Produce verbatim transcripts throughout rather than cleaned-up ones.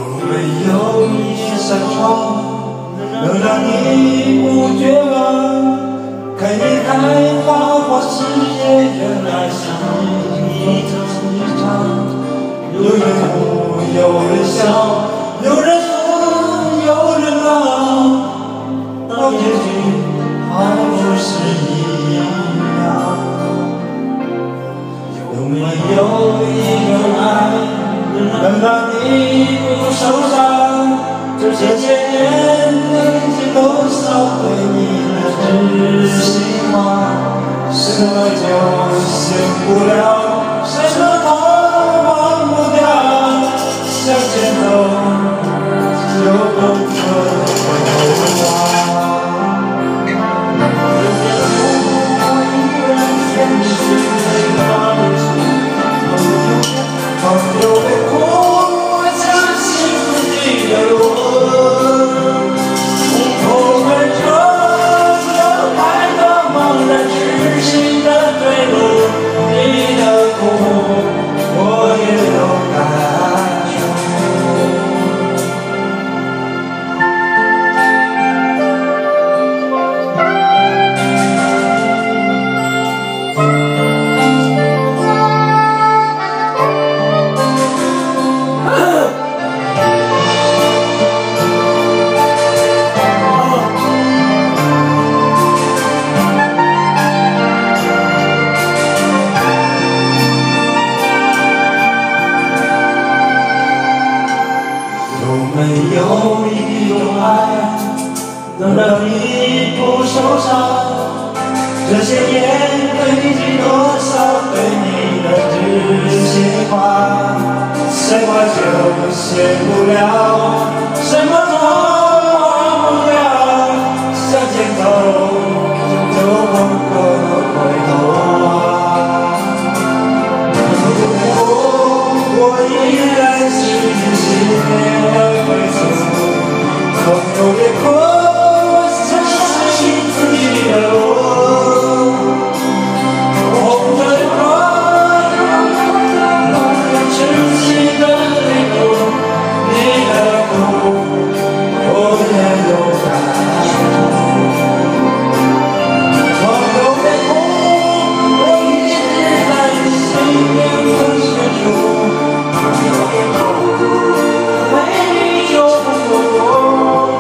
没有一扇窗，能让你不绝望？看一开花花世界，原来是一场一场。有人哭，有人笑，有人疯，有人闹，到结局还不是一样。有没有一种爱，能让你不受伤？这些年累积多少对你的知心话？什么就嫌不了，什么都忘不掉。向前走，就不可回头望。朋友别哭，相信自己的路。我们这有太多茫然痴心的坠落，你的苦我也都感没有一种爱能让你不受伤？这些年累积多少对你的知心话？什么就嫌不了，什么都忘不了。向前走，就不可回头望。我依然是你心的归宿。朋友别哭，相信自己的路。红着光，痴心的泪流，你的苦我也有感触。朋友别哭，我一直在你心边的深处。朋友别哭，为你就不过。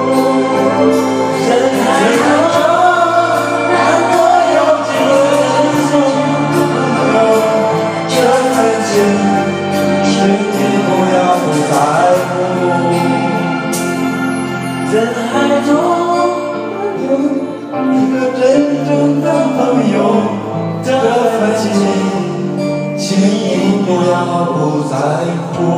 人海中有一个真正的朋友，这份情，请你不要不在乎。